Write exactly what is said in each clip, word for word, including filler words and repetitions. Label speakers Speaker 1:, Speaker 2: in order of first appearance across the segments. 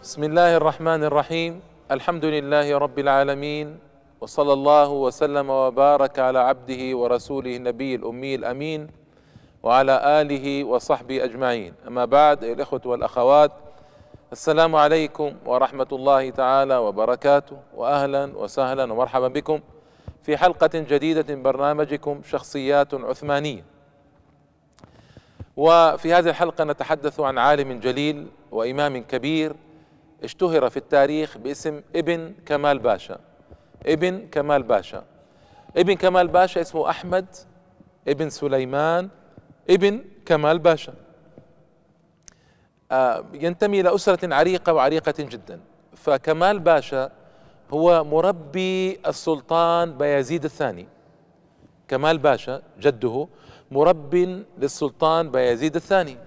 Speaker 1: بسم الله الرحمن الرحيم. الحمد لله رب العالمين، وصلى الله وسلم وبارك على عبده ورسوله النبي الأمي الأمين وعلى آله وصحبه أجمعين. أما بعد، أيها الإخوة والأخوات، السلام عليكم ورحمة الله تعالى وبركاته، وأهلا وسهلا ومرحبا بكم في حلقة جديدة من برنامجكم شخصيات عثمانية. وفي هذه الحلقة نتحدث عن عالم جليل وإمام كبير اشتهر في التاريخ باسم ابن كمال باشا. ابن كمال باشا ابن كمال باشا اسمه أحمد ابن سليمان ابن كمال باشا. آه ينتمي إلى أسرة عريقة وعريقة جدا. فكمال باشا هو مربي السلطان بايزيد الثاني. كمال باشا جده مرب للسلطان بايزيد الثاني،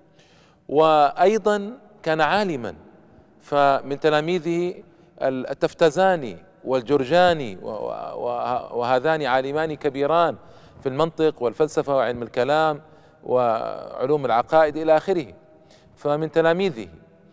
Speaker 1: وأيضا كان عالما، فمن تلاميذه التفتزاني والجرجاني، وهذان عالمان كبيران في المنطق والفلسفة وعلم الكلام وعلوم العقائد إلى آخره، فمن تلاميذه.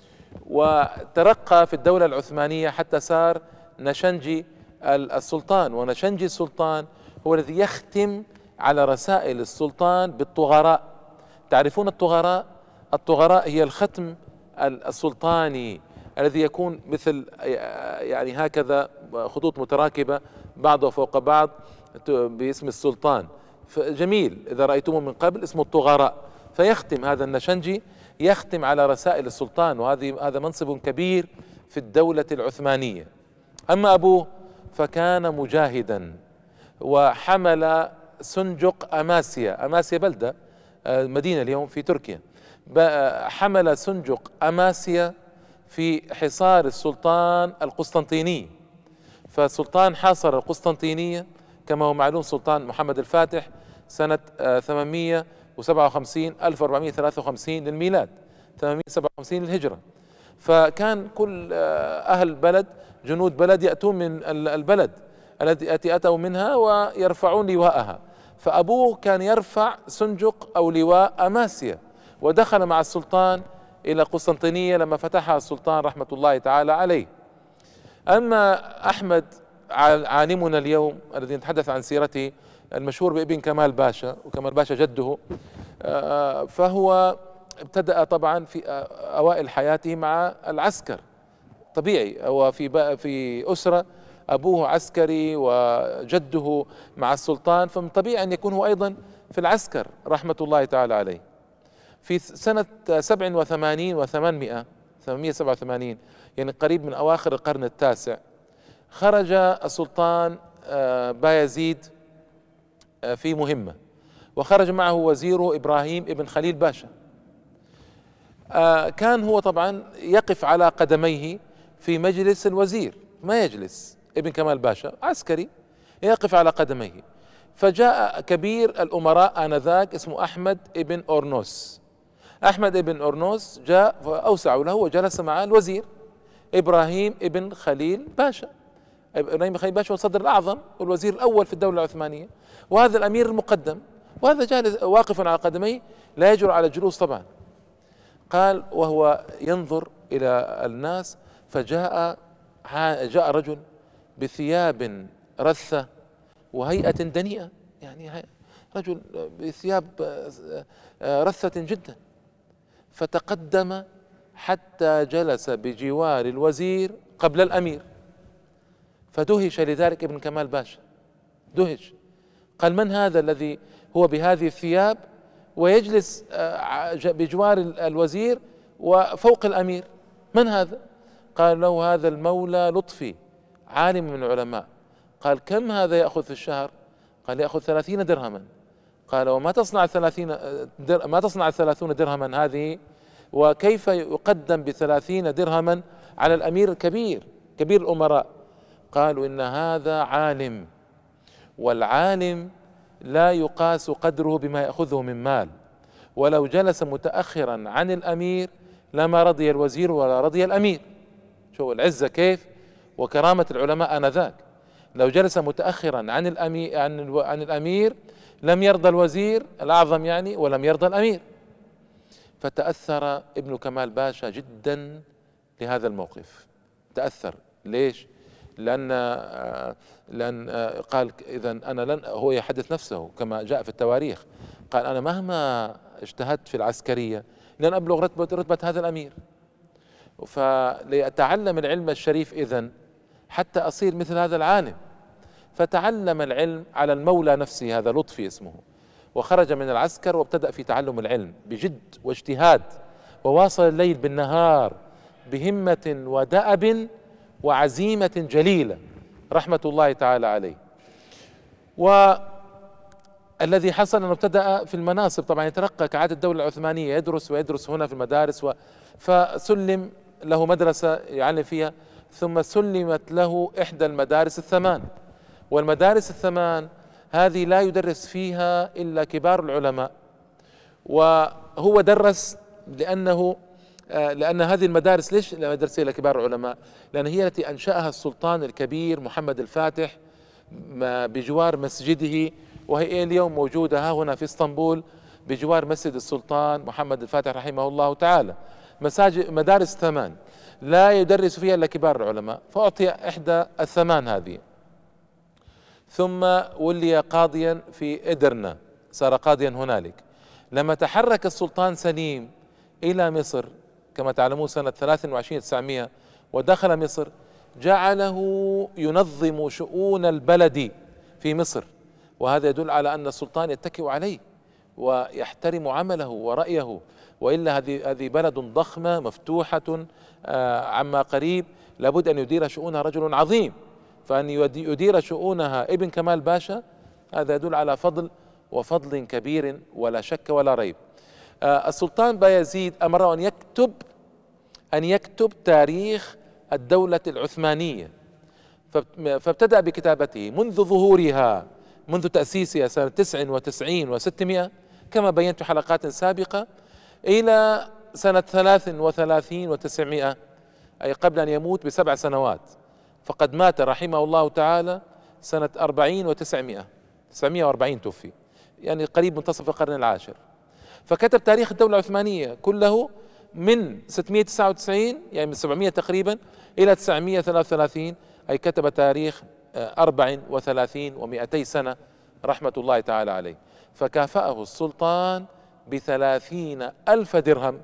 Speaker 1: وترقى في الدولة العثمانية حتى صار نشنجي السلطان، ونشنجي السلطان هو الذي يختم على رسائل السلطان بالطغراء. تعرفون الطغراء؟ الطغراء هي الختم السلطاني الذي يكون مثل يعني هكذا خطوط متراكبة بعضها فوق بعض باسم السلطان، جميل إذا رأيتموه من قبل، اسمه الطغراء. فيختم هذا النشنجي يختم على رسائل السلطان، وهذه هذا منصب كبير في الدولة العثمانية. أما أبوه فكان مجاهدا، وحمل سنجق أماسيا. أماسيا بلدة مدينة اليوم في تركيا. حمل سنجق أماسيا في حصار السلطان القسطنطيني. فالسلطان حاصر القسطنطينية كما هو معلوم، سلطان محمد الفاتح سنة ثمانمائة وسبعة وخمسين ألف وأربعمائة وثلاثة وخمسين للميلاد، ثمانمائة وسبعة وخمسين للهجرة. فكان كل أهل بلد، جنود بلد، يأتون من البلد التي أتوا منها ويرفعون لواءها. فأبوه كان يرفع سنجق أو لواء أماسيا، ودخل مع السلطان إلى قسطنطينية لما فتحها السلطان رحمة الله تعالى عليه. أما أحمد عالمنا اليوم الذي نتحدث عن سيرته المشهور بابن كمال باشا، وكمال باشا جده، فهو ابتدأ طبعا في أوائل حياته مع العسكر. طبيعي، هو في في أسرة أبوه عسكري وجده مع السلطان، فمن طبيعي أن يكون هو أيضا في العسكر رحمة الله تعالى عليه. في سنة سبع وثمانين وثمانمائة ثمانمائة وسبعة وثمانين، يعني قريب من أواخر القرن التاسع، خرج السلطان بايزيد في مهمة، وخرج معه وزيره إبراهيم ابن خليل باشا. كان هو طبعا يقف على قدميه في مجلس الوزير، ما يجلس ابن كمال باشا عسكري، يقف على قدميه. فجاء كبير الأمراء آنذاك اسمه أحمد ابن أورنوس. أحمد ابن أورنوس جاء فأوسعوا له وجلس مع الوزير إبراهيم ابن خليل باشا. إبراهيم خليل باشا هو الصدر الأعظم والوزير الأول في الدولة العثمانية، وهذا الأمير المقدم، وهذا جالس واقف على قدميه لا يجرؤ على الجلوس طبعا. قال وهو ينظر إلى الناس، فجاء جاء رجل بثياب رثة وهيئة دنيئة، يعني رجل بثياب رثة جدا، فتقدم حتى جلس بجوار الوزير قبل الأمير. فدهش لذلك ابن كمال باشا، دهش، قال من هذا الذي هو بهذه الثياب ويجلس بجوار الوزير وفوق الأمير؟ من هذا؟ قال له هذا المولى لطفي، عالم من العلماء. قال كم هذا يأخذ في الشهر؟ قال يأخذ ثلاثين درهما. قال وما تصنع الثلاثين در... ما تصنع الثلاثون درهما هذه؟ وكيف يقدم بثلاثين درهما على الأمير الكبير، كبير الأمراء؟ قالوا إن هذا عالم، والعالم لا يقاس قدره بما يأخذه من مال، ولو جلس متأخرا عن الأمير لما رضي الوزير ولا رضي الأمير. شو العزة كيف وكرامة العلماء آنذاك، لو جلس متأخرا عن الأمير عن, عن الأمير لم يرضى الوزير الأعظم يعني، ولم يرضى الأمير. فتأثر ابن كمال باشا جدا لهذا الموقف، تأثر. ليش؟ لأن لأن قال إذا أنا لن، هو يحدث نفسه كما جاء في التواريخ، قال أنا مهما اجتهدت في العسكرية لن أبلغ رتبة رتبة هذا الأمير، فليتعلم العلم الشريف إذن حتى أصير مثل هذا العالم. فتعلم العلم على المولى نفسه، هذا لطفي اسمه، وخرج من العسكر وابتدأ في تعلم العلم بجد واجتهاد، وواصل الليل بالنهار بهمة ودأب وعزيمة جليلة رحمة الله تعالى عليه. والذي حصل أنه ابتدأ في المناصب، طبعا يترقى كعادة الدولة العثمانية، يدرس ويدرس هنا في المدارس و فسلم له مدرسة يعلم فيها، ثم سلمت له إحدى المدارس الثمان، والمدارس الثمان هذه لا يدرس فيها إلا كبار العلماء، وهو درس لأنه لأن هذه المدارس، ليش لا يدرس إلى كبار العلماء؟ لأن هي التي أنشأها السلطان الكبير محمد الفاتح بجوار مسجده، وهي اليوم موجودة ها هنا في اسطنبول بجوار مسجد السلطان محمد الفاتح رحمه الله تعالى. مساجد مدارس ثمان لا يدرس فيها إلا كبار العلماء، فأعطي إحدى الثمان هذه. ثم ولي قاضيا في إدرنا، صار قاضيا هنالك. لما تحرك السلطان سليم إلى مصر كما تعلمون سنة ثلاثة وعشرين تسعمائة ودخل مصر، جعله ينظم شؤون البلد في مصر، وهذا يدل على أن السلطان يتكئ عليه ويحترم عمله ورأيه، وإلا هذه هذه بلد ضخمة مفتوحة عما قريب، لابد أن يدير شؤونها رجل عظيم، فأن يدير شؤونها ابن كمال باشا هذا يدل على فضل وفضل كبير ولا شك ولا ريب. السلطان بايزيد أمره أن يكتب أن يكتب تاريخ الدولة العثمانية، فابتدأ بكتابته منذ ظهورها، منذ تأسيسها سنة تسع وتسعين وستمائة كما بينت في حلقات سابقة، إلى سنة ثلاث وثلاثين وتسعمائة، أي قبل أن يموت بسبع سنوات، فقد مات رحمه الله تعالى سنة أربعين وتسعمائة، تسعمائة وأربعين توفي، يعني قريب منتصف القرن العاشر. فكتب تاريخ الدولة العثمانية كله من ستمائة وتسعة وتسعين يعني من سبعمائة تقريبا إلى تسعمائة وثلاثة وثلاثين، أي كتب تاريخ أربع وثلاثين ومئتي سنة رحمة الله تعالى عليه. فكافأه السلطان بثلاثين ألف درهم،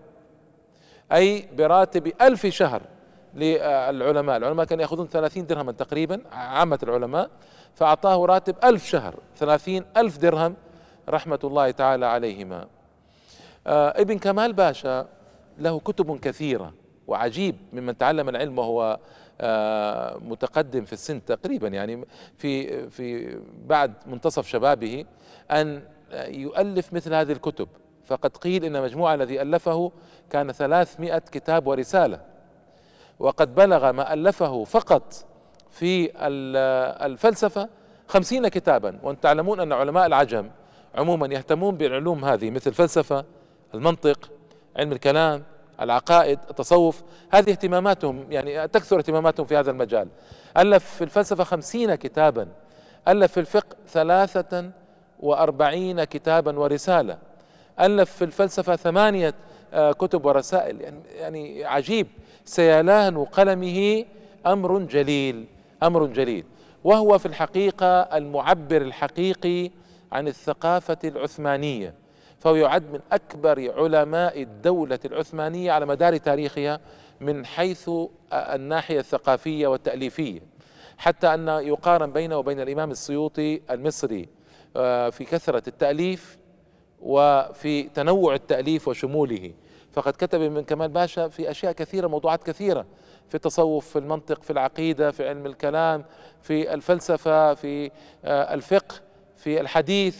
Speaker 1: أي براتب ألف شهر للعلماء. العلماء كانوا يأخذون ثلاثين درهما تقريبا عامة العلماء، فأعطاه راتب ألف شهر، ثلاثين ألف درهم رحمة الله تعالى عليهما. آه ابن كمال باشا له كتب كثيرة، وعجيب ممن تعلم العلم وهو آه متقدم في السن تقريبا، يعني في في بعد منتصف شبابه أن يؤلف مثل هذه الكتب. فقد قيل إن مجموع الذي ألفه كان ثلاثمائة كتاب ورسالة، وقد بلغ ما ألفه فقط في الفلسفة خمسين كتابا. وأنتم تعلمون أن علماء العجم عموما يهتمون بالعلوم هذه مثل الفلسفة، المنطق، علم الكلام، العقائد، التصوف، هذه اهتماماتهم، يعني تكثر اهتماماتهم في هذا المجال. ألف في الفلسفة خمسين كتابا، ألف في الفقه ثلاثة وأربعين كتابا ورسالة، ألف في الفلسفة ثمانية كتب ورسائل، يعني يعني عجيب، سيلان قلمه أمر جليل، أمر جليل. وهو في الحقيقة المعبر الحقيقي عن الثقافة العثمانية، فهو يعد من أكبر علماء الدولة العثمانية على مدار تاريخها من حيث الناحية الثقافية والتأليفية، حتى أن يقارن بينه وبين الإمام السيوطي المصري في كثرة التأليف وفي تنوع التأليف وشموله. فقد كتب ابن كمال باشا في أشياء كثيرة، موضوعات كثيرة، في التصوف، في المنطق، في العقيدة، في علم الكلام، في الفلسفة، في الفقه، في الحديث،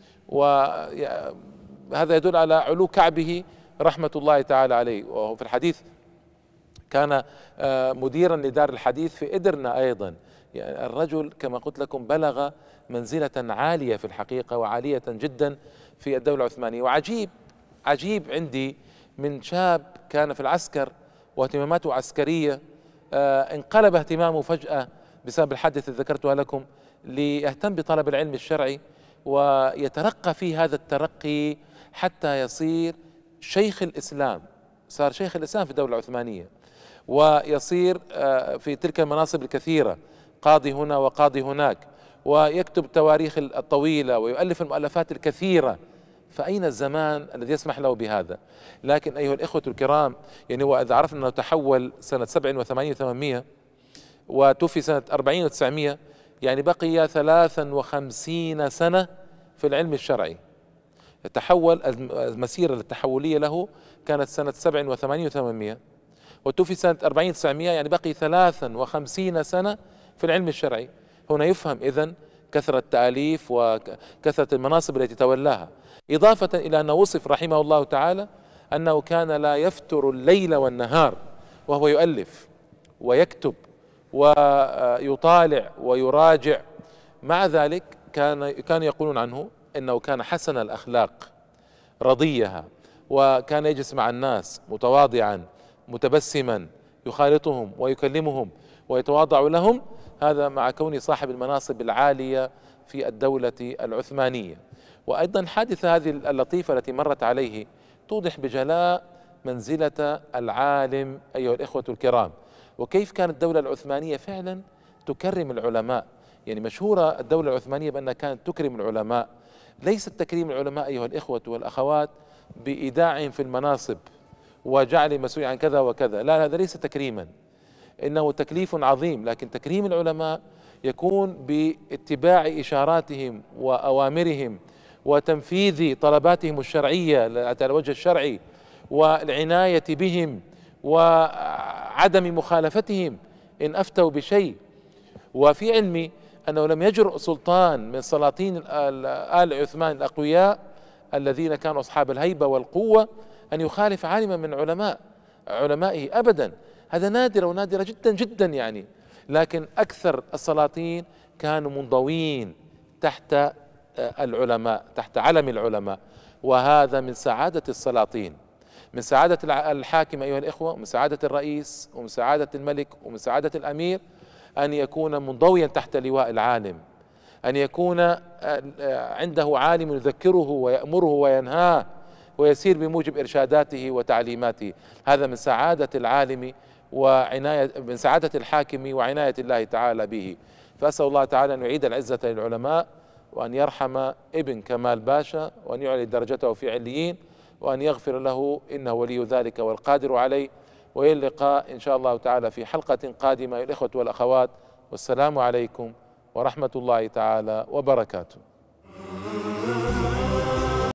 Speaker 1: وهذا يدل على علو كعبه رحمة الله تعالى عليه. وهو في الحديث كان مديرا لدار الحديث في إدرنا أيضا. يعني الرجل كما قلت لكم بلغ منزلة عالية في الحقيقة، وعالية جدا في الدولة العثمانية. وعجيب عجيب عندي من شاب كان في العسكر واهتماماته عسكرية، آه انقلب اهتمامه فجأة بسبب الحادثة اللي ذكرتها لكم ليهتم بطلب العلم الشرعي، ويترقى في هذا الترقي حتى يصير شيخ الإسلام، صار شيخ الإسلام في الدولة العثمانية. ويصير في تلك المناصب الكثيرة، قاضي هنا وقاضي هناك، ويكتب التواريخ الطويلة ويؤلف المؤلفات الكثيرة. فأين الزمان الذي يسمح له بهذا؟ لكن أيها الإخوة الكرام، يعني وإذا عرفنا أنه تحول سنة سبع وثمانين وثمانمائة وتوفي سنة أربعين وتسعمائة، يعني بقي ثلاثا وخمسين سنة في العلم الشرعي. تحول المسيرة التحولية له كانت سنة سبع وثمانين وثمانمائة، وتوفي سنة أربعين وتسعمائة، يعني بقي ثلاثا وخمسين سنة في العلم الشرعي. هنا يفهم إذن كثرة التأليف وكثرة المناصب التي تولاها، إضافة إلى أنه وصف رحمه الله تعالى أنه كان لا يفتر الليل والنهار وهو يؤلف ويكتب ويطالع ويراجع. مع ذلك كان كانوا يقولون عنه إنه كان حسن الأخلاق رضيها، وكان يجلس مع الناس متواضعا متبسما يخالطهم ويكلمهم ويتواضع لهم، هذا مع كونه صاحب المناصب العالية في الدولة العثمانية. وأيضا الحادثة هذه اللطيفة التي مرت عليه توضح بجلاء منزلة العالم أيها الإخوة الكرام، وكيف كانت الدولة العثمانية فعلا تكرم العلماء. يعني مشهورة الدولة العثمانية بأنها كانت تكرم العلماء، ليس تكريم العلماء أيها الإخوة والأخوات بإيداعهم في المناصب وجعل مسؤول عن كذا وكذا، لا، هذا ليس تكريما، إنه تكليف عظيم. لكن تكريم العلماء يكون باتباع إشاراتهم وأوامرهم وتنفيذ طلباتهم الشرعية على الوجه الشرعي، والعناية بهم وعدم مخالفتهم إن أفتوا بشيء. وفي علمي أنه لم يجرؤ سلطان من سلاطين آل عثمان الأقوياء الذين كانوا أصحاب الهيبة والقوة أن يخالف عالما من علماء علمائه أبدا، هذا نادر ونادرة جدا جدا يعني. لكن أكثر السلاطين كانوا منضوين تحت العلماء، تحت علم العلماء، وهذا من سعادة السلاطين، من سعادة الحاكم أيها الإخوة، ومن سعادة الرئيس، ومن سعادة الملك، ومن سعادة الأمير، أن يكون منضويا تحت لواء العالم، أن يكون عنده عالم يذكره ويأمره وينهاه ويسير بموجب إرشاداته وتعليماته. هذا من سعادة العالم وعناية، من سعادة الحاكم وعناية الله تعالى به. فأسأل الله تعالى أن يعيد العزة للعلماء، وأن يرحم ابن كمال باشا، وأن يعلي درجته في عليين، وأن يغفر له إنه ولي ذلك والقادر عليه. وإلى اللقاء إن شاء الله تعالى في حلقة قادمة أيها الإخوة والأخوات، والسلام عليكم ورحمة الله تعالى وبركاته.